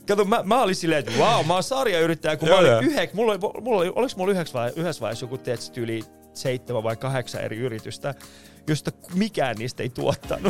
Kato, mä olin silleen, että mä oon sarjayrittäjä, kun mä olin oliko mulla yhdessä vaiheessa joku teet yli 7 vai 8 eri yritystä, josta mikään niistä ei tuottanut.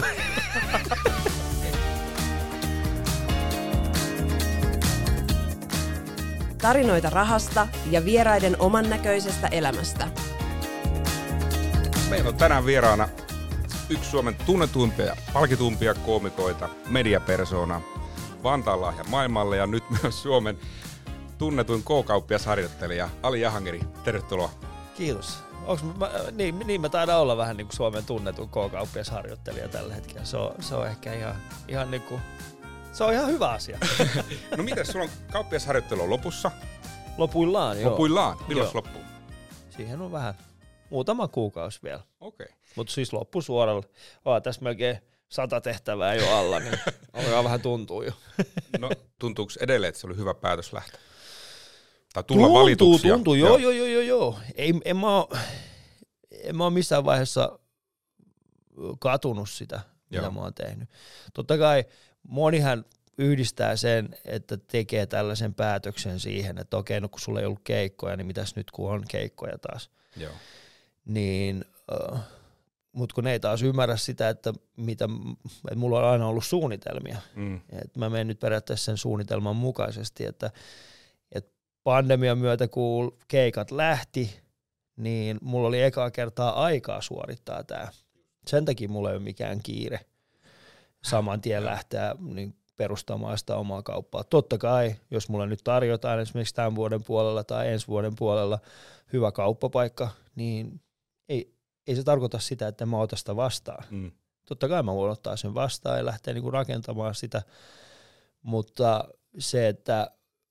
Tarinoita rahasta ja vieraiden oman näköisestä elämästä. Meillä on tänään vieraana yksi Suomen tunnetuimpia ja palkituimpia koomikoita, mediapersona, Vantaan lahja maailmalle ja nyt myös Suomen tunnetuin K-kauppiasharjoittelija Ali Jahangiri. Tervetuloa. Kiitos. Niin mä taidan olla vähän niin kuin Suomen tunnetun K-kauppiasharjoittelija tällä hetkellä. Se on ehkä ihan niin kuin, se on ihan hyvä asia. No mites, sulla on kauppiasharjoittelu lopussa? Lopuillaan, joo. Lopuillaan? Milloin loppuu? Siihen on vähän muutama kuukausi vielä. Okei. Mutta siis loppusuoralla. Tässä melkein 100 tehtävää jo alla, niin alkaa vähän tuntuu jo. No tuntuuko edelleen, että se oli hyvä päätös lähteä? Tai tulla valituksi? Tuntuu, joo. En mä oo missään vaiheessa katunut sitä, mitä mä oon tehnyt. Totta kai monihan yhdistää sen, että tekee tällaisen päätöksen siihen, että okei, no kun sulla ei ollut keikkoja, niin mitäs nyt kun on keikkoja taas. Joo. Niin, mutta kun ne ei taas ymmärrä sitä, että mulla on aina ollut suunnitelmia. Että mä menen nyt periaatteessa sen suunnitelman mukaisesti, että pandemian myötä kun keikat lähti, niin mulla oli ekaa kertaa aikaa suorittaa tää. Sen takia mulla ei ole mikään kiire saman tien lähteä niin perustamaan sitä omaa kauppaa. Totta kai, jos mulle nyt tarjotaan esimerkiksi tämän vuoden puolella tai ensi vuoden puolella hyvä kauppapaikka, niin ei se tarkoita sitä, että mä otan sitä vastaan. Totta kai mä voin ottaa sen vastaan ja lähteä niinku rakentamaan sitä, mutta se, että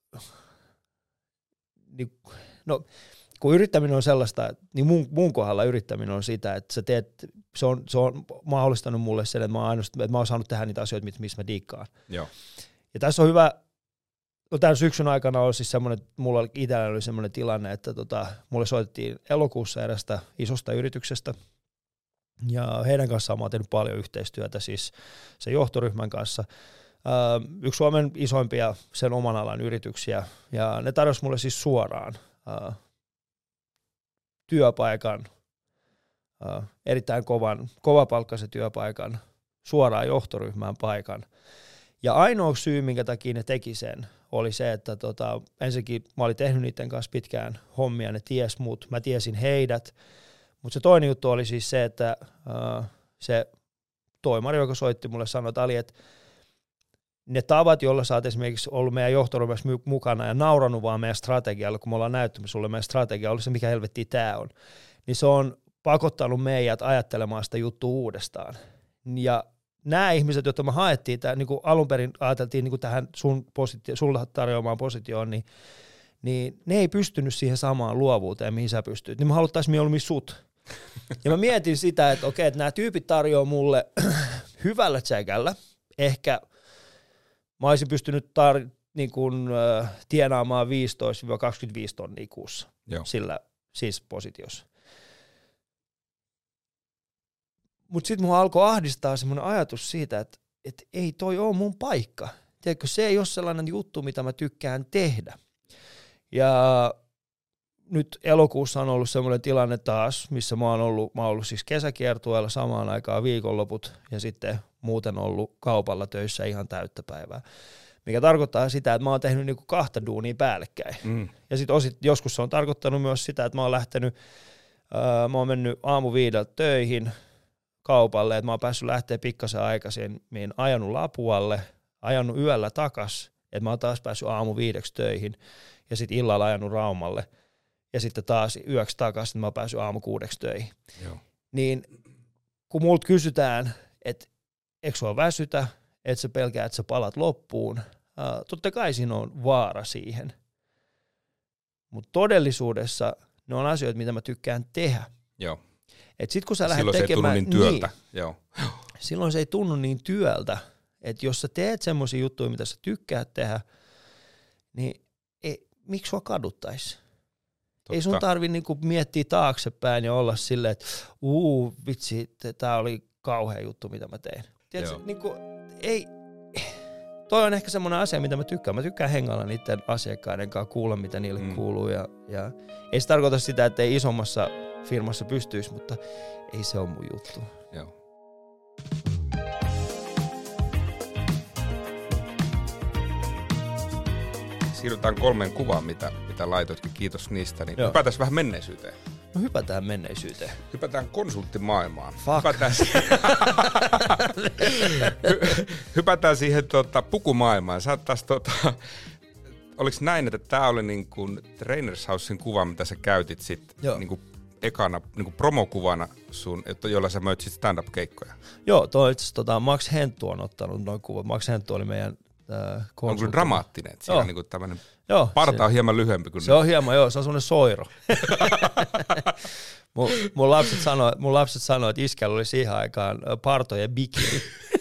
kun yrittäminen on sellaista, niin mun kohdalla yrittäminen on sitä, että se on mahdollistanut mulle sen, että mä oon saanut tehdä niitä asioita, missä mä diikkaan. Joo. Ja tässä on hyvä, tämän syksyn aikana on siis semmoinen, mulla itsellä oli semmoinen tilanne, että mulle soitettiin elokuussa erästä isosta yrityksestä, ja heidän kanssaan mä oon tehnyt paljon yhteistyötä, siis sen johtoryhmän kanssa. Yksi Suomen isoimpia sen oman alan yrityksiä, ja ne tarjosi mulle siis suoraan työpaikan, erittäin kovapalkkaisen työpaikan, suoraan johtoryhmään paikan. Ja ainoa syy, minkä takia ne teki sen, oli se, että ensinnäkin mä olin tehnyt niiden kanssa pitkään hommia, ne ties mut, mä tiesin heidät, mutta se toinen juttu oli siis se, että se toimari, joka soitti mulle, sanoi, että Ali, että ne tavat, joilla sä oot esimerkiksi ollut meidän johtoryhmässä mukana ja nauranut vaan meidän strategialle, kun me ollaan näyttänyt sulle meidän strategia, oli se mikä helvettiä tää on, niin se on pakottanut meidät ajattelemaan sitä juttua uudestaan. Ja nämä ihmiset, joita me haettiin, niin kuin alun perin ajateltiin niin kuin tähän sulle tarjoamaan positioon, niin ne ei pystynyt siihen samaan luovuuteen, mihin sä pystyt. Niin me haluttaisiin mieluummin sut. Ja mä mietin sitä, että okei, että nämä tyypit tarjoaa mulle hyvällä tsekällä. Ehkä mä olisin pystynyt tienaamaan 15-25 tonnia kuussa sillä siis positiossa. Mutta sitten mua alkoi ahdistaa semmoinen ajatus siitä, että ei toi ole mun paikka. Tiedätkö, se ei ole sellainen juttu, mitä mä tykkään tehdä. Ja nyt elokuussa on ollut semmoinen tilanne taas, missä mä oon ollut siis kesäkiertueella samaan aikaan viikonloput ja sitten muuten ollut kaupalla töissä ihan täyttä päivää. Mikä tarkoittaa sitä, että mä oon tehnyt niinku 2 duunia päällekkäin. Ja sitten joskus se on tarkoittanut myös sitä, että mä oon mennyt aamu 5 töihin kaupalle, että mä oon päässyt lähteä pikkasen aikaisemmin, ajanut Lapualle, ajanut yöllä takas, että mä oon taas päässyt aamu 5 töihin ja sitten illalla ajanut Raumalle ja sitten taas yöksi takaisin, että mä oon päässyt aamu 6 töihin. Joo. Niin kun multa kysytään, että eikö sua väsytä, että sä pelkää, että sä palat loppuun, totta kai siinä on vaara siihen. Mutta todellisuudessa ne on asioita, mitä mä tykkään tehdä. Joo. Et sit kun sä lähdet silloin tekemään, se ei tunnu niin työltä. Joo. Silloin se ei tunnu niin työltä, että jos sä teet semmoisia juttuja, mitä sä tykkäät tehdä, niin miksi sua kaduttaisi? Ei sun tarvi niinku miettiä taaksepäin ja olla silleen, että vitsi, tää oli kauhea juttu, mitä mä tein. Tiedätkö, niinku, toi on ehkä semmoinen asia, mitä mä tykkään. Mä tykkään hengailla niiden asiakkaiden kanssa, kuulla mitä niille kuuluu. Ja ei se tarkoita sitä, että ei isommassa firmassa pystyisi, mutta ei se ole mun juttu. Joo. Siirrytään 3 kuvaan, mitä laitoitkin. Kiitos niistä. Niin hypätään vähän menneisyyteen. No hypätään menneisyyteen. Hypätään konsulttimaailmaan. Fuck. Hypätään siihen pukumaailmaan. Sä taas oliko näin, että tää oli niin kuin Trainers Housen kuva, mitä sä käytit sit niin kuin ekana niin kuin promokuvana sun, jolla sä möit sit stand-up-keikkoja? Joo, toi itse asiassa Max Henttu on ottanut noin kuvat. Max Henttu oli meidän konsultti. On kyllä dramaattinen, että siinä niin kuin tämmönen parta on hieman lyhyempi kuin se on hieman, joo, se on semmoinen soiro. mun lapset sanoi, että iskällä oli siihen aikaan parto ja bikini.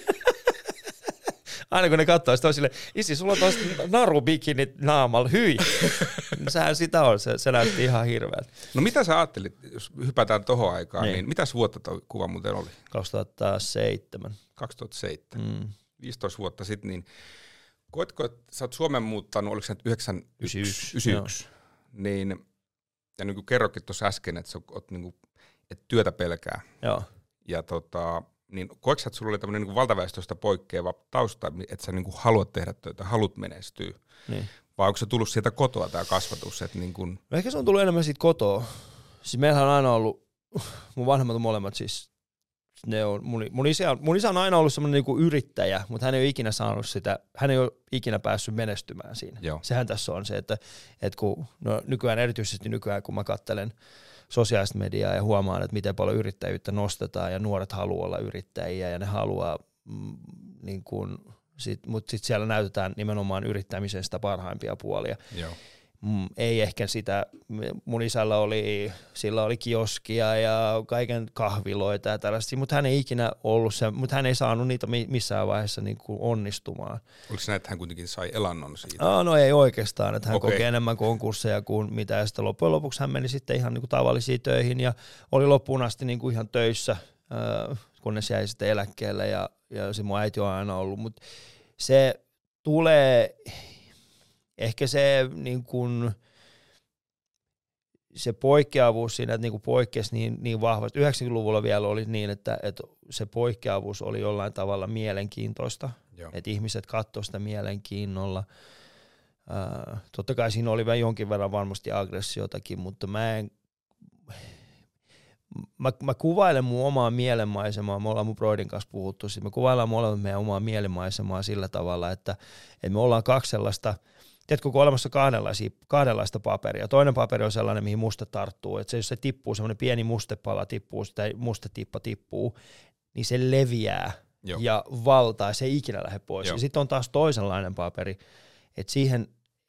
Aina kun ne katsoo, sitten on silleen, isi, sulla on toista narubikinit naamalla, hyi. Sehän sitä on, se näytti ihan hirveältä. No mitä sä ajattelit, jos hypätään tohon aikaan, niin mitäs vuotta tuo kuva muuten oli? 2007. 2007. 15 vuotta sitten, niin koetko, että sä oot Suomen muuttanut, oliko se 91, niin, ja niin kuin kerrokin tuossa äsken, että sä oot niin kuin, että työtä pelkää. Joo. Ja niin koetko sä, että sulla oli tämmöinen niin kuin valtaväestöstä poikkeava tausta, että sä niin kuin haluat tehdä töitä, haluat menestyä? Niin. Vai onko se tullut sieltä kotoa tämä kasvatus? Että niin kuin... No ehkä se on tullut enemmän siitä kotoa. Siis meillähän on aina ollut, mun vanhemmat on molemmat siis, mun isä on aina ollut semmoinen niinku yrittäjä, mutta hän ei ole ikinä saanut sitä, hän ei ole ikinä päässyt menestymään siinä. Joo. Sehän tässä on se, että kun erityisesti nykyään kun mä katselen sosiaalista mediaa ja huomaan, että miten paljon yrittäjyyttä nostetaan ja nuoret haluaa olla yrittäjiä ja ne haluaa, mutta sitten siellä näytetään nimenomaan yrittämisen sitä parhaimpia puolia. Joo. Ei ehkä sitä, mun isällä oli kioskia ja kaiken kahviloita ja tällaisia, mutta hän ei ikinä ollut se, mutta hän ei saanut niitä missään vaiheessa niin kuin onnistumaan. Oliko se näin, että hän kuitenkin sai elannon siitä? No ei oikeastaan, että hän koki enemmän konkursseja kuin mitä, ja sitten loppujen lopuksi hän meni sitten ihan niin kuin tavallisiin töihin ja oli loppuun asti niin kuin ihan töissä, kunnes jäi sitten eläkkeelle ja se mun äiti on aina ollut, mutta se tulee... Ehkä se, niin kun, se poikkeavuus siinä, että niin poikkesi niin vahvasti. 90-luvulla vielä oli niin, että se poikkeavuus oli jollain tavalla mielenkiintoista. Että ihmiset katsoivat sitä mielenkiinnolla. Totta kai siinä oli jonkin verran varmasti aggressiotakin, mutta mä kuvailen mun omaa mielenmaisemaa, me ollaan mun broidin kanssa puhuttu, me kuvaillaan molemmat meidän omaa mielenmaisemaa sillä tavalla, että me ollaan kaksi sellaista, tiedätkö, kun on olemassa kahdenlaista paperia. Toinen paperi on sellainen, mihin muste tarttuu, että jos se tippuu, semmoinen pieni mustepala tippuu, tai mustetippa tippuu, niin se leviää ja valtaa, se ei ikinä lähde pois. Ja sitten on taas toisenlainen paperi, että siihen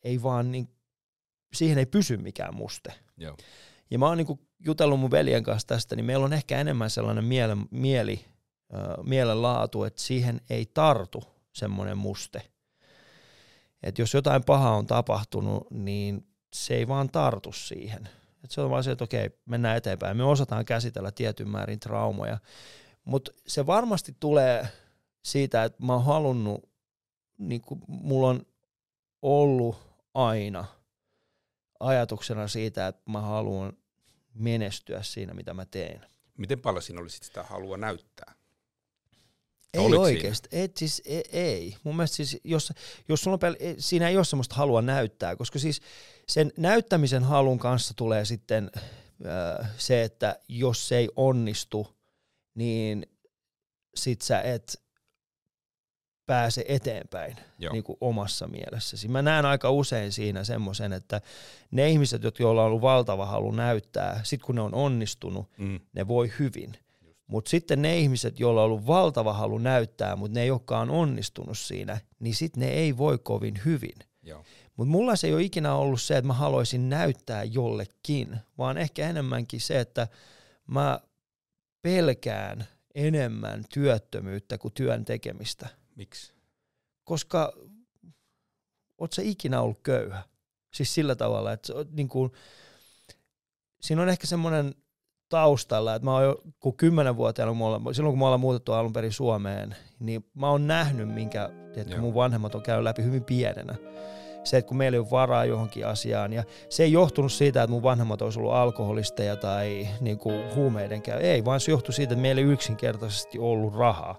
ei pysy mikään muste. Joo. Ja mä oon niinku jutellut mun veljen kanssa tästä, niin meillä on ehkä enemmän sellainen mielenlaatu, että siihen ei tartu semmoinen muste. Että jos jotain pahaa on tapahtunut, niin se ei vaan tartu siihen. Et se on vaan se, että okei, mennään eteenpäin. Me osataan käsitellä tietyn määrin traumoja, mutta se varmasti tulee siitä, että mä oon halunnut, niin kuin mulla on ollut aina ajatuksena siitä, että mä haluan menestyä siinä, mitä mä teen. Miten paljon siinä oli sitä halua näyttää? Ei oikeasti, ei. Mun mielestä siis, jos sulla on siinä ei ole semmoista halua näyttää, koska siis sen näyttämisen halun kanssa tulee sitten se, että jos se ei onnistu, niin sit sä et pääse eteenpäin niin kuin omassa mielessäsi. Mä näen aika usein siinä semmoisen, että ne ihmiset, joilla on ollut valtava halu näyttää, sit kun ne on onnistunut, ne voi hyvin. Mutta sitten ne ihmiset, joilla on ollut valtava halu näyttää, mutta ne ei olekaan onnistunut siinä, niin sitten ne ei voi kovin hyvin. Mutta mulla se ei ole ikinä ollut se, että mä haluaisin näyttää jollekin, vaan ehkä enemmänkin se, että mä pelkään enemmän työttömyyttä kuin työn tekemistä. Miksi? Koska oot sä ikinä ollut köyhä? Siis sillä tavalla, että niin kuin, siinä on ehkä semmoinen taustalla, että mä oon jo 10-vuotiaana, silloin kun me ollaan muutettu alun perin Suomeen, niin mä oon nähnyt, että mun vanhemmat on käynyt läpi hyvin pienenä. Se, että kun meillä ei ole varaa johonkin asiaan, ja se ei johtunut siitä, että mun vanhemmat olisi ollut alkoholisteja tai niin kuin huumeiden käy. Ei, vaan se johtui siitä, että meillä ei yksinkertaisesti ollut rahaa.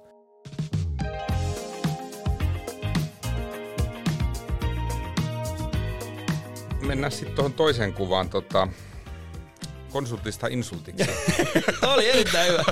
Mennään sitten tuohon toiseen kuvaan, konsultista insultiksi. Tämä oli erittäin hyvä.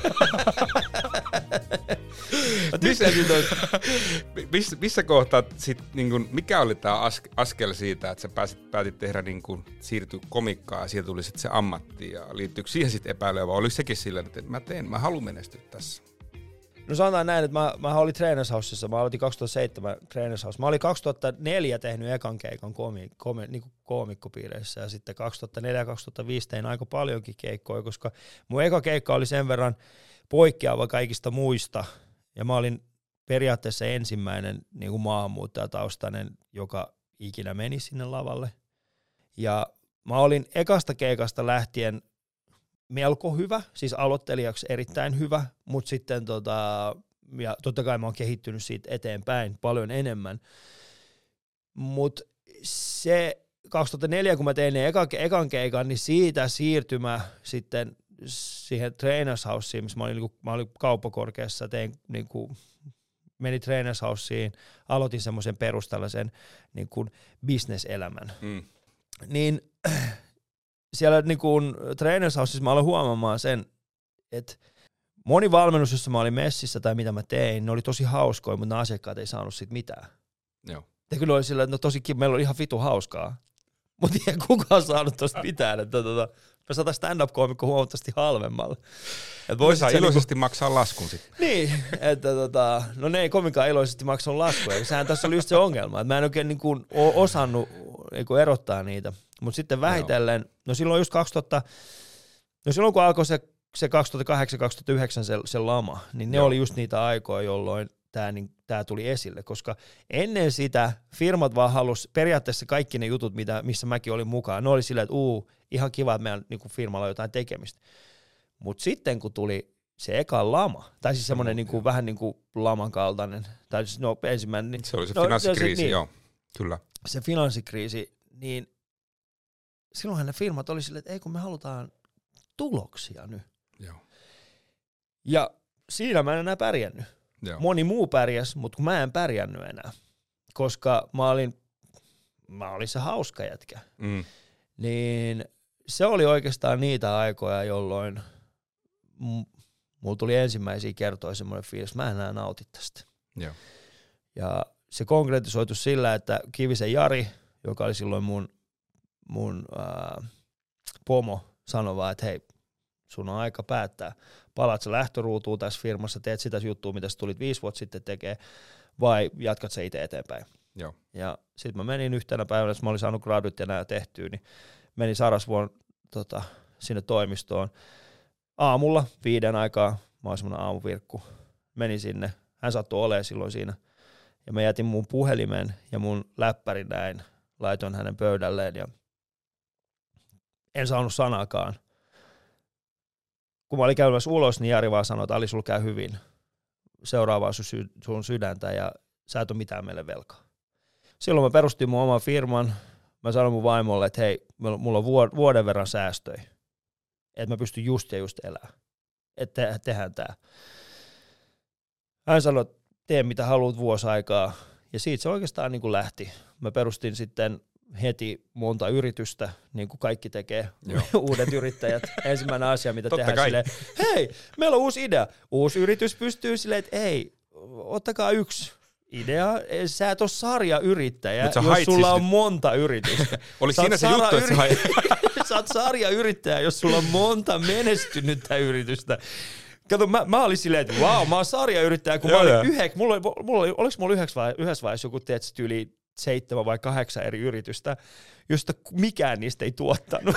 Missä kohtaa sit, niin mikä oli tämä askel siitä, että sä päätit tehdä siirtyä komikkaan ja siitä tuli sitten se ammatti ja liittyykö siihen sitten epäilyä vai oliko sekin silleen, että mä haluan menestyä tässä? No sanotaan näin, että mä olin Trainers Housessa, mä aloitin 2007 Trainers House. Mä olin 2004 tehnyt ekan keikan koomikkopiireissä ja sitten 2004 ja 2005 tein aika paljonkin keikkoja, koska mun eka keikka oli sen verran poikkeava kaikista muista ja mä olin periaatteessa ensimmäinen niin kuin maahanmuuttajataustainen, joka ikinä meni sinne lavalle. Ja mä olin ekasta keikasta lähtien melko hyvä, siis aloittelijaksi erittäin hyvä, mutta sitten ja totta kai mä oon kehittynyt siitä eteenpäin paljon enemmän. Mutta se 2004, kun mä tein ne ekan keikan, niin siitä siirtymä sitten siihen Trainers Houseen, missä mä olin kauppakorkeassa, menin Trainers Houseen, aloitin semmoisen perustallaisen niin kuin bisneselämän. Niin siellä niin kuin Trainers Housessa mä aloin huomaamaan sen, että moni valmennus, jossa mä olin messissä tai mitä mä tein, ne oli tosi hauskoja, mutta ne asiakkaat ei saanut siitä mitään. Joo. Ja kyllä oli sillä, että no tosikin meillä oli ihan vitu hauskaa, mutta ei kukaan saanut tosta mitään, että me saataisiin stand-up-koomikko huomattavasti halvemmalla. Voi saa iloisesti maksaa laskun sitten. Niin, että no ne ei kovinkaan iloisesti maksanut laskuja. Sehän tässä oli just se ongelma, että mä en oikein osannut erottaa niitä. Mutta sitten vähitellen, no silloin just silloin kun alkoi se 2008-2009 se lama, niin ne oli just niitä aikoja, jolloin tämä tuli esille, koska ennen sitä firmat vaan halusi periaatteessa kaikki ne jutut, missä mäkin olin mukaan, ne oli silleen, että ihan kiva, että meidän niin firmalla on jotain tekemistä. Mutta sitten kun tuli se eka lama, tai siis semmoinen vähän niin kuin laman kaltainen, tai siis ensimmäinen. Niin, se oli se finanssikriisi, joo, kyllä. Se finanssikriisi, niin silloinhan ne firmat oli silleen, että ei kun me halutaan tuloksia nyt. Joo. Ja siinä mä en enää pärjännyt. Joo. Moni muu pärjäs, mutta kun mä en pärjännyt enää, koska mä olin se hauska jätkä, niin se oli oikeastaan niitä aikoja, jolloin mulla tuli ensimmäisiä kertoja semmoinen fiilis, mä en enää nauti tästä. Joo. Ja se konkretisoitu sillä, että Kivisen Jari, joka oli silloin mun pomo, sanoi vaan, että hei, sun on aika päättää, palaat sä lähtöruutuun tässä firmassa, teet sitä juttua, mitä sä tulit 5 vuotta sitten tekee, vai jatkat sä itse eteenpäin. Joo. Ja sit mä menin yhtenä päivänä, jos mä olin saanut gradut ja nää tehtyä, niin menin Sarasvuon sinne toimistoon. Aamulla 5 aikaa, mä oon semmonen aamuvirkku, menin sinne, hän sattui olemaan silloin siinä, ja mä jätin mun puhelimen ja mun läppärin näin, laitoin hänen pöydälleen, ja en saanut sanaakaan. Kun mä olin käymässä ulos, niin Jari vaan sanoi, että Ali, sulla käy hyvin. Seuraavaa sun sydäntä ja sä et ole mitään meille velkaa. Silloin mä perustin mun oman firman. Mä sanoin mun vaimolle, että hei, mulla on vuoden verran säästöjä. Että mä pystyn just elämään. Että tehdään tää. Hän sanoi, että tee mitä haluat vuosi aikaa. Ja siitä se oikeastaan niin kuin lähti. Mä perustin sitten heti monta yritystä, niin kuin kaikki tekee, uudet yrittäjät. Ensimmäinen asia, mitä tehdään silleen, hei, meillä on uusi idea. Uusi yritys pystyy silleen, että ei, ottakaa yksi idea. Sä et ole sarjayrittäjä, jos sulla on monta yritystä. Oli siinä se juttu, että sä oot sarjayrittäjä, jos sulla on monta menestynyttä yritystä. Kato, mä olin silleen, että vau, mä oon sarjayrittäjä, kun mä olin oliko mulla yhdessä vaiheessa joku tyyli 7 vai 8 eri yritystä, josta mikään niistä ei tuottanut.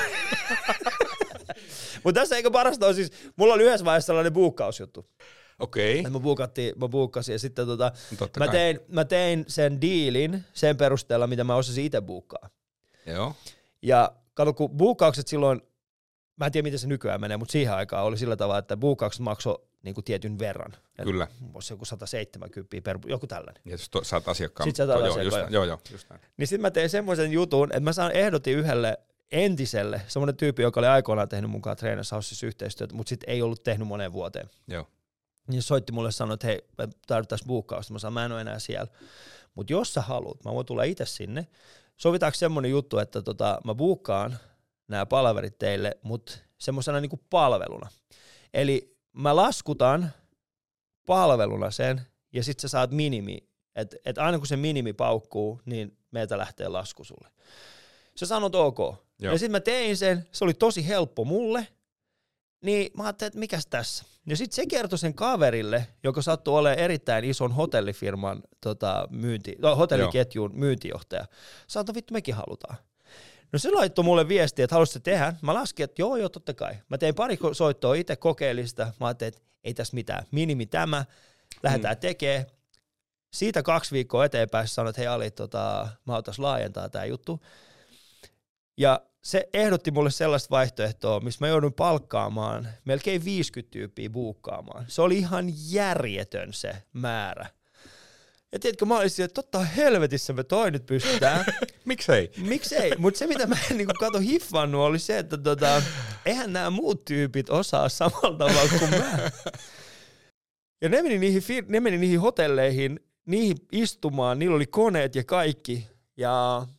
Mutta tässä eikö parasta on siis, mulla oli yhdessä vaiheessa sellainen buukkausjuttu. Okei. Mä buukkasin ja sitten mä tein sen diilin sen perusteella, mitä mä osasin itse buukkaa. Joo. Ja kato, kun buukkaukset silloin mä en tiedä miten se nykyään menee, mutta siihen aikaan oli sillä tavalla, että buukkaukset maksoi niin kuin tietyn verran. Kyllä. Voisi joku 170 per, joku tällainen. Ja jos saat asiakkaan. Sitten sä saat asiakkaan. Joo, just näin. Niin sitten mä tein semmoisen jutun, että mä ehdotin yhdelle entiselle, semmoinen tyyppi, joka oli aikoinaan tehnyt mukaan Trainers Housessa yhteistyötä, mutta sitten ei ollut tehnyt moneen vuoteen. Joo. Niin soitti mulle ja sanoi, että hei, me tarvittaisiin buukkausta. Mä sanoin, mä en ole enää siellä. Mutta jos sä haluat, mä voin tulla itse sinne. Sovitaanko semmoinen juttu, että mä buukkaan nämä palaverit teille, mutta semmoisena niinku palveluna. Eli mä laskutan palveluna sen, ja sit sä saat minimi. Et aina kun se minimi paukkuu, niin meiltä lähtee lasku sulle. Sä sanot ok. Joo. Ja sit mä tein sen, se oli tosi helppo mulle, niin mä ajattelin, että mikäs tässä. Ja sit se kertoi sen kaverille, joka sattui olemaan erittäin ison hotellifirman hotelliketjun myyntijohtaja. Sanoin, vittu mekin halutaan. No se laittoi mulle viestiä, että haluaisitko tehdä. Mä laskin, että joo, totta kai. Mä tein pari soittoa itse, kokeilin sitä. Mä ajattelin, että ei tässä mitään. Minimi tämä, lähdetään tekemään. Siitä 2 viikkoa eteenpäin sanoin, että hei Ali, mä otais laajentaa tää juttu. Ja se ehdotti mulle sellaista vaihtoehtoa, missä mä joudun palkkaamaan melkein 50 tyyppiä buukkaamaan. Se oli ihan järjetön se määrä. Ja tiedätkö, mä olisin, että totta helvetissä me toi nyt pystytään. Miksei? Miksei? Mutta se, mitä mä en niin kato hiffannut, oli se, että eihän nämä muut tyypit osaa samalla tavalla kuin mä. Ja ne meni niihin hotelleihin, niihin istumaan, niillä oli koneet ja kaikki. Ja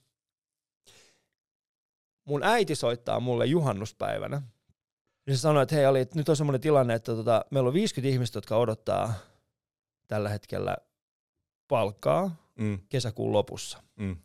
mun äiti soittaa mulle juhannuspäivänä. Ja se sanoi, että hei Ali, nyt on semmoinen tilanne, että meillä on 50 ihmistä, jotka odottaa tällä hetkellä palkkaa kesäkuun lopussa.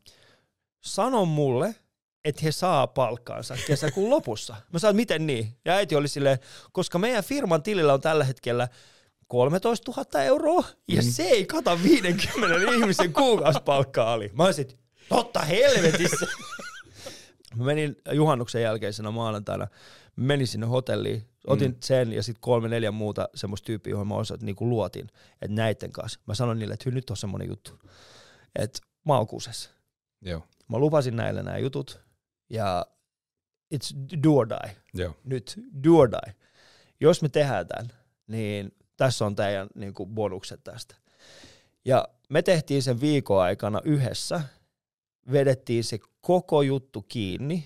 Sano mulle, että he saa palkkaansa kesäkuun lopussa. Mä sanoin, miten niin? Ja äiti oli silleen, koska meidän firman tilillä on tällä hetkellä 13 000 euroa, ja se ei kata 50 ihmisen kuukausipalkkaa Ali. Mä olisin, totta helvetissä. Mä menin juhannuksen jälkeisenä maanantaina, menin sinne hotelliin, otin sen ja sitten 3-4 muuta semmoista tyyppiä, johon mä niin luotin, että näitten kanssa. Mä sanoin niille, että nyt on semmoinen juttu, että mä oon kusessa. Joo. Mä lupasin näille nämä jutut ja it's do or die. Joo. Nyt do or die. Jos me tehdään tämän, niin tässä on teidän niin kuin bonukset tästä. Ja me tehtiin sen viikon aikana yhdessä, vedettiin se koko juttu kiinni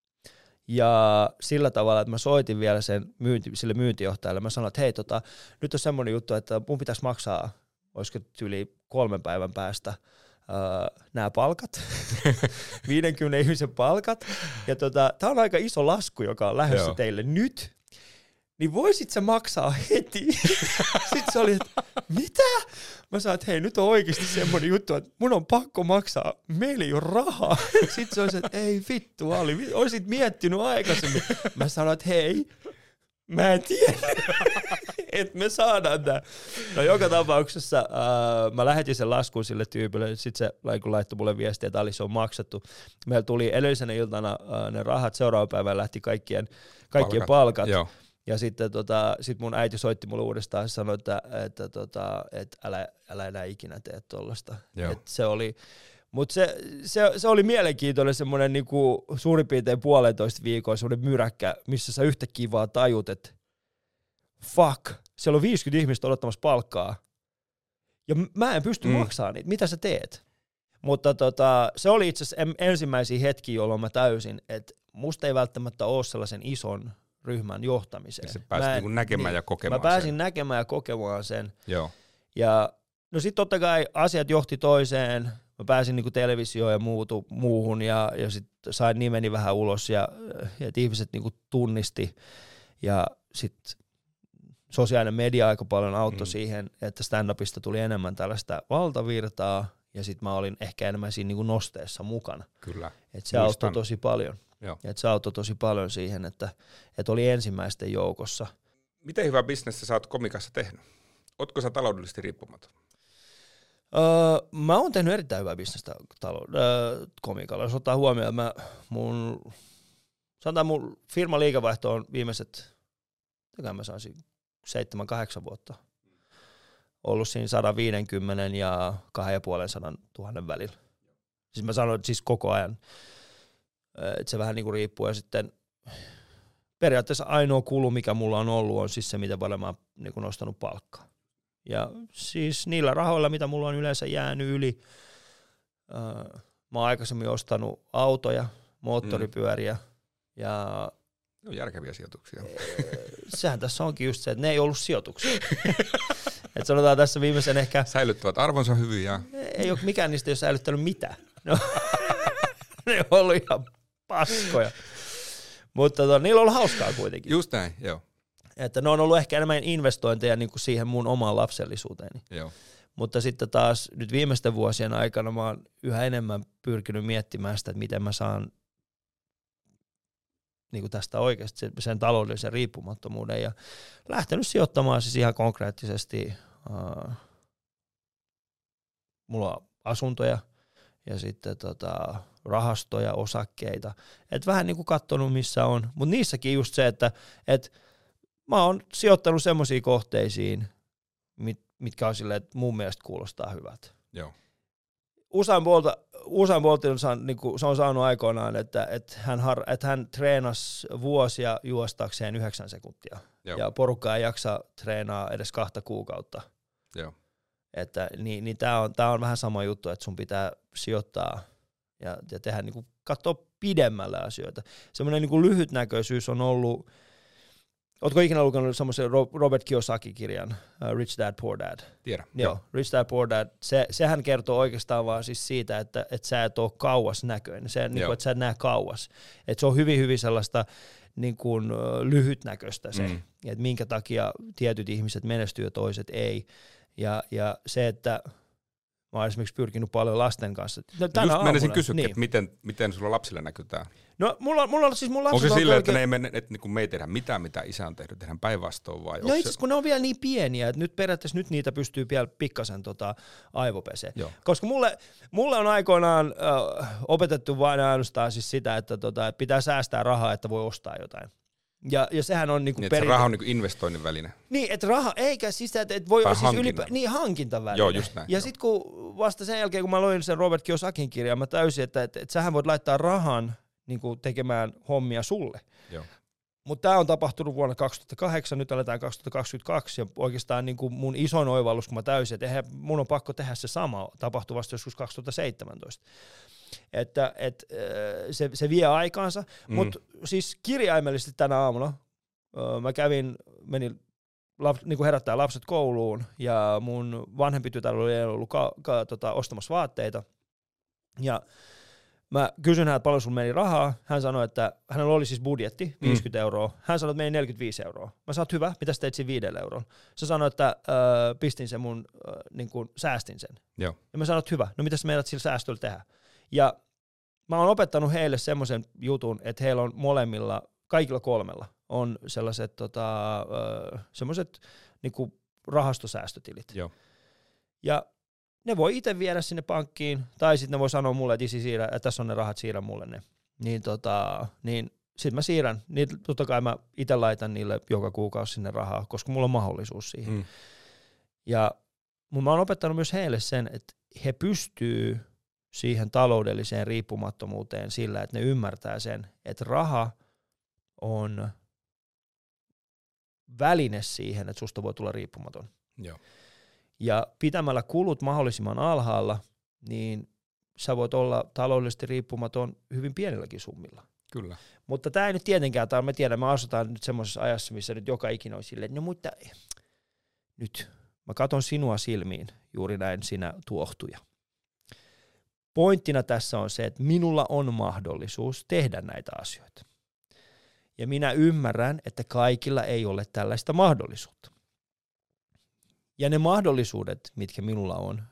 ja sillä tavalla, että mä soitin vielä sille myyntijohtajalle. Mä sanoin, että hei, nyt on semmoinen juttu, että mun pitäisi maksaa, olisiko yli 3 päivän päästä nämä palkat, 50 ihmisen palkat. Ja tää on aika iso lasku, joka on lähdössä teille nyt. Niin voisit sä maksaa heti? Sitten se oli, että mitä? Mä sanoin, että hei, nyt on oikeasti semmoinen juttu, että mun on pakko maksaa, meillä ei ole rahaa. Sitten se olisi, että ei vittu Ali, olisit miettinyt aikaisemmin. Mä sanoin, että hei, mä en tiedä, että me saadaan tää. No joka tapauksessa mä lähetin sen laskun sille tyypille, sitten se laittoi mulle viestiä, että Ali, se on maksettu. Meillä tuli edellisenä iltana ne rahat, seuraavan päivän lähti kaikkien palkat. Joo. Ja sitten sit mun äiti soitti mulle uudestaan ja sanoi, että älä enää ikinä tee tollaista. Se oli, mutta se oli mielenkiintoinen semmoinen niinku suurin piirtein 1,5 viikkoa semmoinen myräkkä, missä sä yhtäkkiä vaan tajut, että fuck, siellä on 50 ihmistä odottamassa palkkaa ja mä en pysty maksamaan niitä, mitä sä teet? Mutta se oli itse asiassa ensimmäisiä hetkiä, jolloin mä täysin, että musta ei välttämättä ole sellaisen ison ryhmän johtamiseen. Ja sä pääsit näkemään ja kokemaan sen. Mä pääsin näkemään ja kokemaan sen. Joo. Ja no sit totta kai asiat johti toiseen. Mä pääsin niinku televisioon ja muuhun ja sit sain nimeni vähän ulos ja ihmiset niinku tunnisti. Ja sit sosiaalinen media aika paljon auttoi siihen, että stand-upista tuli enemmän tällaista valtavirtaa ja sit mä olin ehkä enemmän siinä niinku nosteessa mukana. Kyllä. Et se auttoi tosi paljon. Ja se auttoi tosi paljon siihen, että oli ensimmäisten joukossa. Miten hyvä bisnes sä oot komikassa tehnyt? Ootko sä taloudellisesti riippumaton? Mä oon tehnyt erittäin hyvää bisnestä komikalla. Jos ottaa huomioon, mun firman liikevaihto on viimeiset, mä saisin 7-8 vuotta ollut siinä 150 ja 250 000 välillä. Siis mä sanoin, siis koko ajan. Että se vähän niinku riippuu ja sitten periaatteessa ainoa kulu, mikä mulla on ollut, on siis se, miten paljon mä oon niin kuin nostanut palkkaa. Ja siis niillä rahoilla, mitä mulla on yleensä jäänyt yli, mä oon aikaisemmin ostanut autoja, moottoripyöriä ja... No, järkeviä sijoituksia. Sehän tässä onkin just se, että ne ei ollut sijoituksia. Et sanotaan tässä viimeisen ehkä... Säilyttävät arvonsa hyvin ja... Ei ole mikään niistä ei ole säilyttänyt mitään. No, ne on ollut ihan paskoja. Mutta niillä on ollut hauskaa kuitenkin. Just näin, joo. Että ne on ollut ehkä enemmän investointeja niin kuin siihen mun omaan lapsellisuuteeni. Joo. Mutta sitten taas nyt viimeisten vuosien aikana mä oon yhä enemmän pyrkinyt miettimään sitä, että miten mä saan niin kuin tästä oikeasti sen taloudellisen riippumattomuuden ja lähtenyt sijoittamaan siis ihan konkreettisesti. Mulla on asuntoja ja sitten rahastoja, osakkeita. Et vähän niin kuin katsonut missä on, mutta niissäkin just se, että mä oon sijoittanut semmoisiin kohteisiin, mitkä on silleen, että mun mielestä kuulostaa hyvältä. Joo. Usain Bolt niin se on saanut aikoinaan, että hän treenasi vuosia juostakseen 9 sekuntia. Joo. Ja porukka ei jaksa treenaa edes 2 kuukautta. Joo. Että niin tää on vähän sama juttu, että sun pitää sijoittaa ja tehdä niin kuin katsoa pidemmälle asioita. Semmoinen niin kuin lyhytnäköisyys on ollut. Ootko ikinä lukenut semmoisen Robert Kiyosaki-kirjan, Rich Dad, Poor Dad? Tiedän. Joo, Rich Dad, Poor Dad. Sehän kertoo oikeastaan vaan siis siitä, että sä et ole kauas näköinen. Niin kuin, että sä et näe kauas. Että se on hyvin, hyvin sellaista niin kuin, lyhytnäköistä se, että minkä takia tietyt ihmiset menestyy ja toiset ei. Ja se, että mä oon esimerkiksi pyrkinyt paljon lasten kanssa. Just menisin kysyä, niin. Että miten sulla lapsille näkyy tää? No mulla on siis mun lapset... Onko se silleen, että me ei tehdä mitään, mitä isä on tehnyt, tehdään päinvastoin vai? No itse asiassa kun ne on vielä niin pieniä, että nyt periaatteessa nyt niitä pystyy vielä pikkasen aivopeseen. Koska mulle on aikoinaan opetettu vain ainoastaan siis sitä, että pitää säästää rahaa, että voi ostaa jotain. Ja sehän on niinku niin, raha on niinku investoinnin väline. Niin, että raha, eikä siis sitä, että voi siis hankintaväline. Joo, just näin. Ja sitten kun vasta sen jälkeen, kun mä luin sen Robert Kiyosakin kirjan, mä täysin, että sähän voit laittaa rahan niinku tekemään hommia sulle. Joo. Mutta tämä on tapahtunut vuonna 2008, nyt aletaan 2022, ja oikeastaan niinku mun isoin oivallus, kun mä täysin, että mun on pakko tehdä se sama, tapahtui vasta joskus 2017. Että se vie aikaansa, mutta siis kirjaimellisesti tänä aamuna mä menin niin herättää lapset kouluun ja mun vanhempi tytär oli ollut ostamassa vaatteita ja mä kysyin häneltä, paljon sulla meni rahaa. Hän sanoi, että hänellä oli siis budjetti 50 euroa. Hän sanoi, että meni 45 euroa. Mä sanoin, hyvä, mitä sä teit siinä 5 eurolla? Se sanoi, että pistin sen mun, niin kuin säästin sen. Joo. Ja mä sanoin, että hyvä, no mitä sä meidät sillä säästöllä tehdä? Ja mä oon opettanut heille semmoisen jutun, että heillä on molemmilla, kaikilla 3 on sellaiset semmoiset niinku rahastosäästötilit. Joo. Ja ne voi itse viedä sinne pankkiin, tai sitten ne voi sanoa mulle, että isi siirrä, että tässä on ne rahat, siirrä mulle ne. Niin sitten mä siirrän, niin totta kai mä itse laitan niille joka kuukausi sinne rahaa, koska mulla on mahdollisuus siihen. Ja mä oon opettanut myös heille sen, että he pystyy siihen taloudelliseen riippumattomuuteen sillä, että ne ymmärtää sen, että raha on väline siihen, että susta voi tulla riippumaton. Joo. Ja pitämällä kulut mahdollisimman alhaalla, niin sä voit olla taloudellisesti riippumaton hyvin pienilläkin summilla. Kyllä. Mutta tämä ei nyt tietenkään, me tiedän, me asutaan nyt semmoisessa ajassa, missä nyt joka ikinä on silleen, no mutta nyt mä katon sinua silmiin, juuri näin sinä tuohtuja. Pointtina tässä on se, että minulla on mahdollisuus tehdä näitä asioita. Ja minä ymmärrän, että kaikilla ei ole tällaista mahdollisuutta. Ja ne mahdollisuudet, mitkä minulla on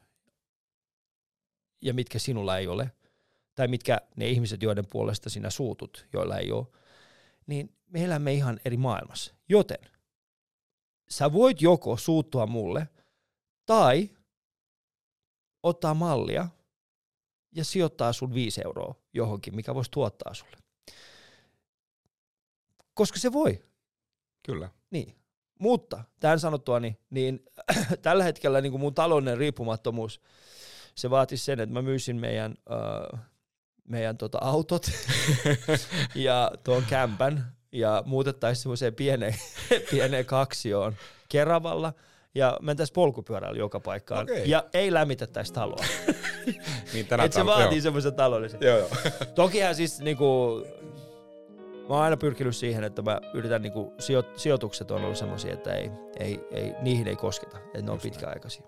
ja mitkä sinulla ei ole, tai mitkä ne ihmiset, joiden puolesta sinä suutut, joilla ei ole, niin me elämme ihan eri maailmassa. Joten sä voit joko suuttua mulle tai ottaa mallia ja sijoittaa sun 5 euroa johonkin, mikä voisi tuottaa sulle. Koska se voi. Kyllä. Niin. Mutta tämän sanottuani, niin tällä hetkellä niin kuin mun taloudellinen riippumattomuus, se vaatisi sen, että mä myisin meidän autot ja tuon kämpän ja muutettaisiin semmoiseen pieneen kaksioon Keravalla ja mentäisiin polkupyörällä joka paikkaan ja ei lämmitettäisi taloa. Niin että se vaatii semmoisen taloudellisen. Joo. Tokihan siis niinku, mä oon aina pyrkinyt siihen, että mä yritän niinku, sijoitukset on ollut semmoisia, että niihin ei kosketa, että ne on pitkäaikaisia.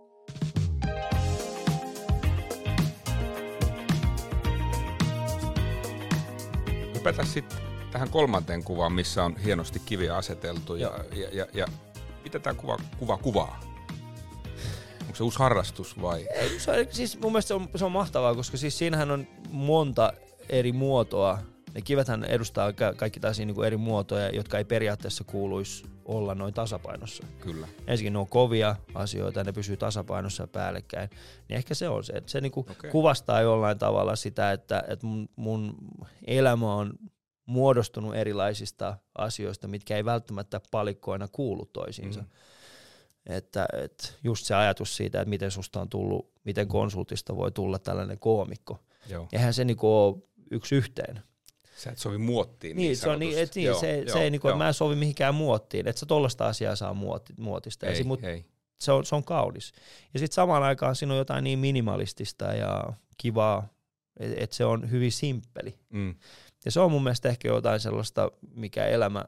Hypätä sitten tähän kolmanteen kuvaan, missä on hienosti kiviä aseteltu ja mitä tämä kuva kuvaa? Onko se uusi harrastus vai? Ei, siis mun mielestä se on mahtavaa, koska siis siinähän on monta eri muotoa. Ne kivethän edustaa kaikki taas niin kuin eri muotoja, jotka ei periaatteessa kuuluisi olla noin tasapainossa. Kyllä. Ensinnäkin ne on kovia asioita ja ne pysyy tasapainossa ja päällekkäin. Niin ehkä se on se, että se niin kuin kuvastaa jollain tavalla sitä, että mun elämä on muodostunut erilaisista asioista, mitkä ei välttämättä palikkoina kuulu toisiinsa. Että just se ajatus siitä, että miten susta on tullut, miten konsultista voi tulla tällainen koomikko. Joo. Eihän se niinku ole yksi yhteen. Sä et sovi muottiin. Niin, se on se ei niinku, mä en sovi mihinkään muottiin, että sä tollaista asiaa saa muotista. Ei. Se on kaunis. Ja sitten samaan aikaan siinä on jotain niin minimalistista ja kivaa, että se on hyvin simppeli. Ja se on mun mielestä ehkä jotain sellaista, mikä elämä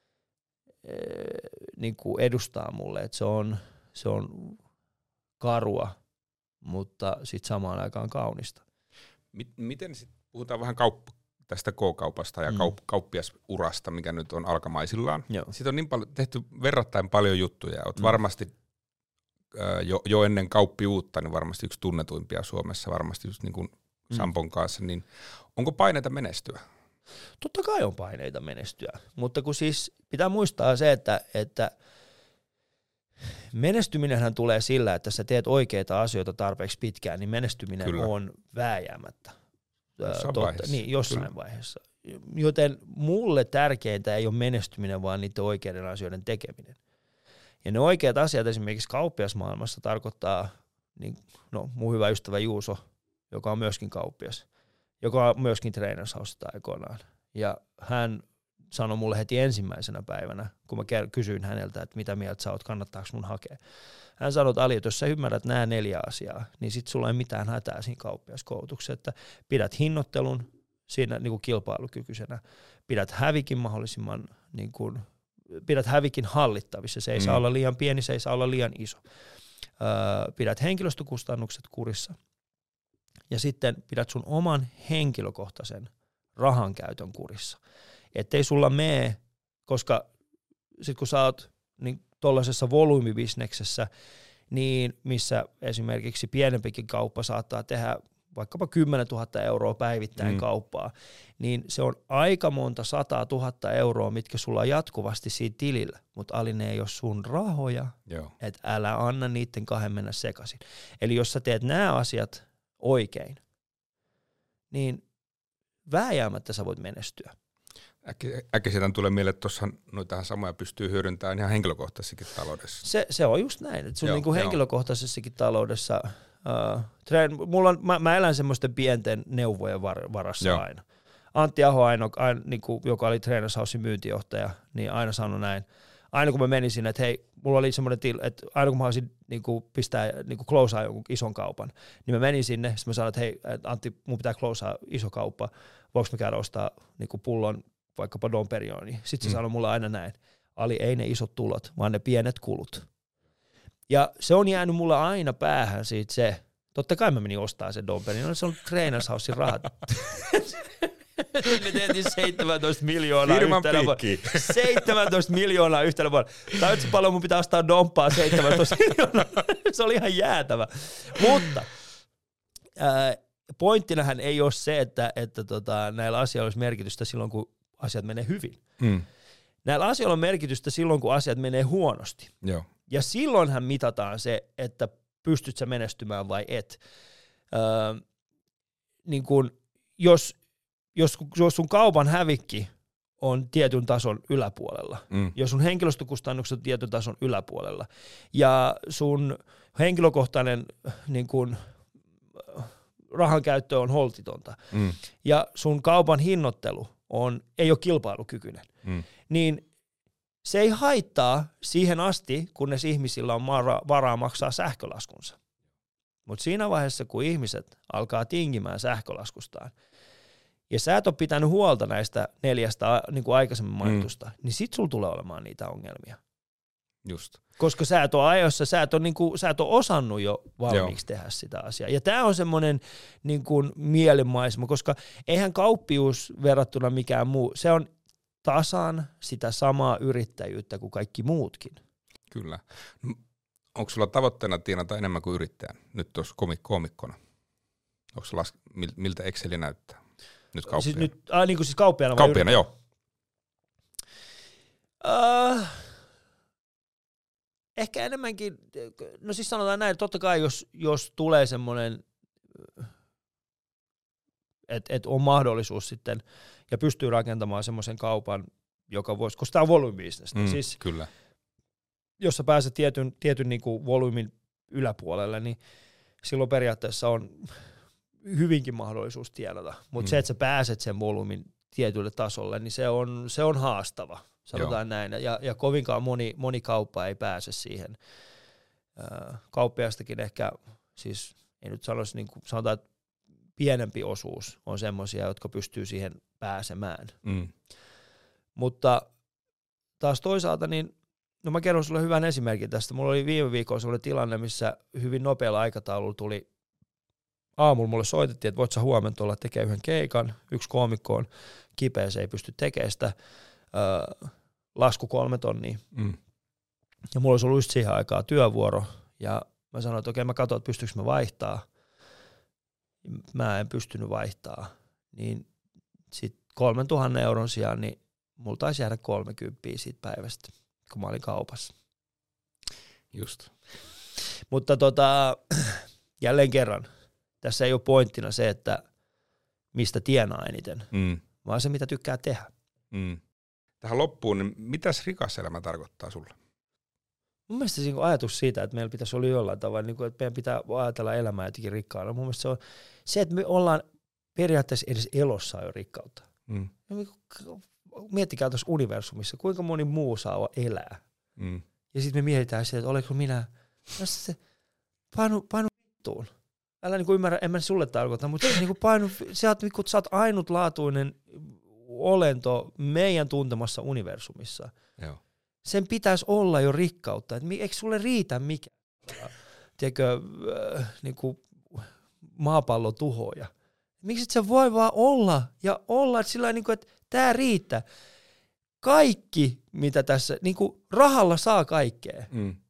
niin kuin edustaa mulle, että se on karua, mutta sitten samaan aikaan kaunista. Miten sitten puhutaan vähän tästä K-kaupasta ja kauppiasurasta, mikä nyt on alkamaisillaan. Siitä on niin paljon tehty verrattain paljon juttuja. Olet varmasti jo ennen kauppiuutta, niin varmasti yksi tunnetuimpia Suomessa, varmasti just niin kuin Sampon kanssa, niin onko paineita menestyä? Totta kai on paineita menestyä, mutta kun siis pitää muistaa se, että menestyminenhän tulee sillä, että sä teet oikeita asioita tarpeeksi pitkään, niin menestyminen on vääjäämättä. Jossain vaiheessa. Joten mulle tärkeintä ei ole menestyminen, vaan niiden oikeiden asioiden tekeminen. Ja ne oikeat asiat esimerkiksi kauppiasmaailmassa tarkoittaa, mun hyvä ystävä Juuso, joka on myöskin kauppias, joka on myöskin treenaushausta aikoinaan. Ja hän sanoi mulle heti ensimmäisenä päivänä, kun mä kysyin häneltä, että mitä mieltä sä oot, kannattaako mun hakea. Hän sanoi, että Ali, että jos sä ymmärrät nämä 4 asiaa, niin sit sulla ei mitään hätää siinä kauppiaskoulutuksessa, että pidät hinnoittelun siinä niin kuin kilpailukykyisenä, pidät hävikin mahdollisimman, niin kuin, pidät hävikin hallittavissa, se ei saa olla liian pieni, se ei saa olla liian iso. Pidät henkilöstökustannukset kurissa. Ja sitten pidät sun oman henkilökohtaisen rahankäytön kurissa. Ettei sulla mene, koska sit kun sä oot niin tuollaisessa volyymibisneksessä, niin missä esimerkiksi pienempikin kauppa saattaa tehdä vaikkapa 10 000 euroa päivittäin kauppaa, niin se on aika monta 100 000 euroa, mitkä sulla on jatkuvasti siinä tilillä, mutta Ali, ne ei ole sun rahoja, että älä anna niiden 2 mennä sekaisin. Eli jos sä teet nämä asiat oikein, niin vääjäämättä sä voit menestyä. Äkkiseltään tulee mieleen, että tuossa noitahan samoja pystyy hyödyntämään ihan henkilökohtaisessakin taloudessa. Se on just näin, että sun niinku henkilökohtaisessakin taloudessa, mä elän semmoisten pienten neuvojen varassa aina. Antti Aho, niinku, joka oli Trainershousen myyntijohtaja, niin aina sanoi näin. Aina kun mä menin sinne, että hei, mulla oli semmoinen että aina kun mä haluaisin niinku pistää, niinku closea jonkun ison kaupan, niin mä menin sinne, sitten mä sanoin, että hei Antti, mun pitää closea iso kauppa, voiko mä käydä ostaa niinku pullon vaikkapa Dom Perignoni. Sitten se sanoi mulle aina näin, Ali, ei ne isot tulot, vaan ne pienet kulut. Ja se on jäänyt mulle aina päähän siitä se, totta kai mä menin ostaa sen Dom Perignoni, se on Trainershousen rahat. Me tehtiin 17 miljoonaa yhtenä vuonna. 17 miljoonaa yhtenä vuonna. Tajuutko paljon mun pitää ostaa domppaa 17 miljoonaa? Se oli ihan jäätävä. Mutta pointtinahan ei ole se, että näillä asioilla olisi merkitystä silloin, kun asiat menee hyvin. Näillä asioilla on merkitystä silloin, kun asiat menee huonosti. Joo. Ja silloinhan mitataan se, että pystyt sä menestymään vai et. Niin kun, jos sun kaupan hävikki on tietyn tason yläpuolella, jos sun henkilöstökustannukset on tietyn tason yläpuolella, ja sun henkilökohtainen niin kun, rahan käyttö on holtitonta, ja sun kaupan hinnoittelu ei ole kilpailukykyinen. Niin se ei haittaa siihen asti, kunnes ihmisillä on varaa maksaa sähkölaskunsa. Mutta siinä vaiheessa, kun ihmiset alkaa tingimään sähkölaskustaan, ja sä et ole pitänyt huolta näistä 4 niin kuin aikaisemmin mainitusta, niin sit sulla tulee olemaan niitä ongelmia. Just. Koska sä et ole ajoissa, sä et ole osannut jo valmiiksi tehdä sitä asiaa. Ja tää on semmoinen niin kuin mielenmaisema, koska eihän kauppius verrattuna mikään muu, se on tasan sitä samaa yrittäjyyttä kuin kaikki muutkin. Kyllä. Onko sulla tavoitteena tienata enemmän kuin yrittäjän nyt tuossa koomikkona? Onko miltä Exceli näyttää? Nyt kauppiana. Siis kauppiana vai kauppiana, joo. Ehkä enemmänkin, no siis sanotaan näin, totta kai jos tulee semmoinen, että on mahdollisuus sitten ja pystyy rakentamaan semmoisen kaupan, joka voisi, koska tämä on volyymi-business, siis kyllä. Jos sä pääset tietyn niin kuin volyymin yläpuolelle, niin silloin periaatteessa on hyvinkin mahdollisuus tienata, mutta se, että sä pääset sen volyymin tietylle tasolle, niin se on haastava, sanotaan näin, ja kovinkaan moni kauppa ei pääse siihen. Kauppiastakin ehkä, siis ei nyt sanoisi, niin kuin sanotaan, että pienempi osuus on semmoisia, jotka pystyy siihen pääsemään. Mutta taas toisaalta, niin no mä kerron sulle hyvän esimerkin tästä. Mulla oli viime viikolla sellainen tilanne, missä hyvin nopealla aikataululla tuli aamulla mulle soitettiin, että voit sä huomenna tulla tekemään yhden keikan, yksi koomikko on kipeä, se ei pysty tekemään sitä, lasku 3 tonnia. Ja mulla olisi ollut just siihen aikaa työvuoro, ja mä sanoin, että okei, mä katson, että pystyykö mä vaihtaa. Mä en pystynyt vaihtaa. Niin sit 3 000 euron sijaan, niin mulla taisi jäädä 30 siitä päivästä, kun mä olin kaupassa. Just. Mutta jälleen kerran, tässä ei ole pointtina se, että mistä tienaa eniten, vaan se, mitä tykkää tehdä. Tähän loppuun, niin mitäs rikas elämä tarkoittaa sulle? Mun mielestä se ajatus siitä, että meillä pitäisi olla jollain tavalla, niin kuin, että meidän pitää ajatella elämää jotenkin rikkaana. Mun mielestä se on se, että me ollaan periaatteessa edes elossa jo rikkautta. Miettikää tuossa universumissa, kuinka moni muu saa elää. Ja sitten me mietitään sitä, että olenko minä, se painu vittuun. Älä niinku ymmärrä, en mä sulle tarkoita, mutta niinku sä oot ainutlaatuinen olento meidän tuntemassa universumissa. Joo. Sen pitäisi olla jo rikkautta. Et eikö sulle riitä mikään niinku maapallon tuhoja? Miksi et se voi vaan olla että sillä niinku, että tää riittää. Kaikki, mitä tässä, niinku rahalla saa kaikkea.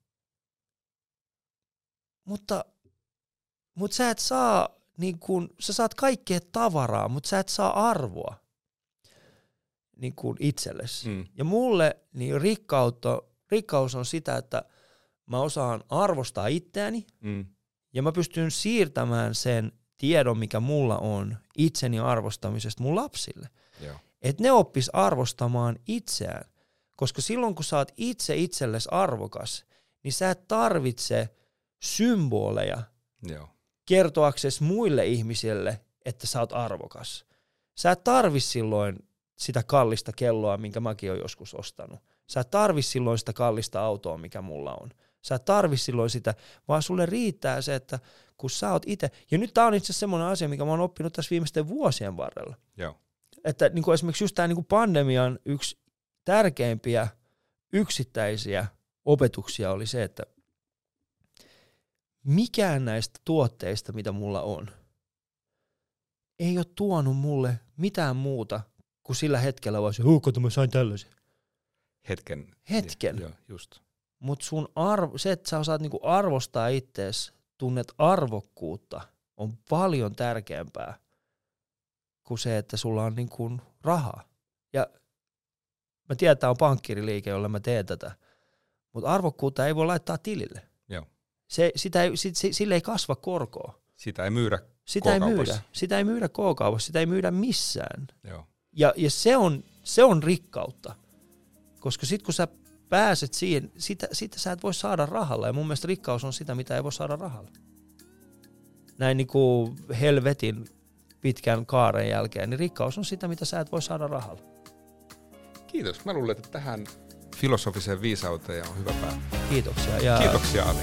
Mutta sä et saa, niinku, sä saat kaikkea tavaraa, mutta sä et saa arvoa niinku itsellesi. Ja mulle niin rikkaus on sitä, että mä osaan arvostaa itseäni ja mä pystyn siirtämään sen tiedon, mikä mulla on itseni arvostamisesta mun lapsille. Että ne oppis arvostamaan itseään. Koska silloin, kun sä oot itse itsellesi arvokas, niin sä et tarvitse symboleja kertoaksesi muille ihmisille, että sä oot arvokas. Sä et tarvi silloin sitä kallista kelloa, minkä mäkin olen joskus ostanut. Sä et tarvi silloin sitä kallista autoa, mikä mulla on. Sä et tarvi silloin sitä, vaan sulle riittää se, että kun sä oot itse. Ja nyt tää on itse asiassa semmoinen asia, mikä mä oon oppinut tässä viimeisten vuosien varrella. Että niin kuin esimerkiksi just tämä niin kuin pandemian yksi tärkeimpiä yksittäisiä opetuksia oli se, että mikään näistä tuotteista, mitä mulla on, ei ole tuonut mulle mitään muuta kuin sillä hetkellä vaan se, kato mä sain tällaisen. Hetken. Joo, just. Mutta se, että sä osaat niinku arvostaa itseäsi, tunnet arvokkuutta, on paljon tärkeämpää kuin se, että sulla on niinku rahaa. Ja mä tiedän, että tämä on pankkiriliike, jolla mä teen tätä, mutta arvokkuutta ei voi laittaa tilille. Joo. Sille ei kasva korkoa. Sitä ei myydä K-kaupassa. Sitä ei myydä K-kaupassa, sitä ei myydä missään. Joo. Ja se on rikkautta, koska sit kun sä pääset siihen, sitä sä et voi saada rahalla, ja mun mielestä rikkaus on sitä, mitä ei voi saada rahalla. Näin niinku helvetin pitkän kaaren jälkeen, niin rikkaus on sitä, mitä sä et voi saada rahalla. Kiitos. Mä luulen, että tähän filosofiseen viisauteen on hyvä päättää. Kiitoksia. Kiitoksia, Ali.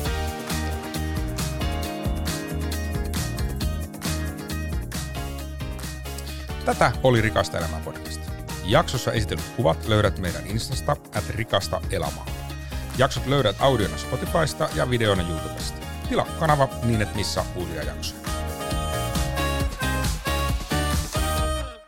Tätä oli Rikasta elämää podcast. Jaksossa esitellyt kuvat löydät meidän Instasta @rikastaelamaa. Jaksot löydät audiona Spotifysta ja videona YouTubesta. Tilaa kanava niin et missaa uusia jaksoja.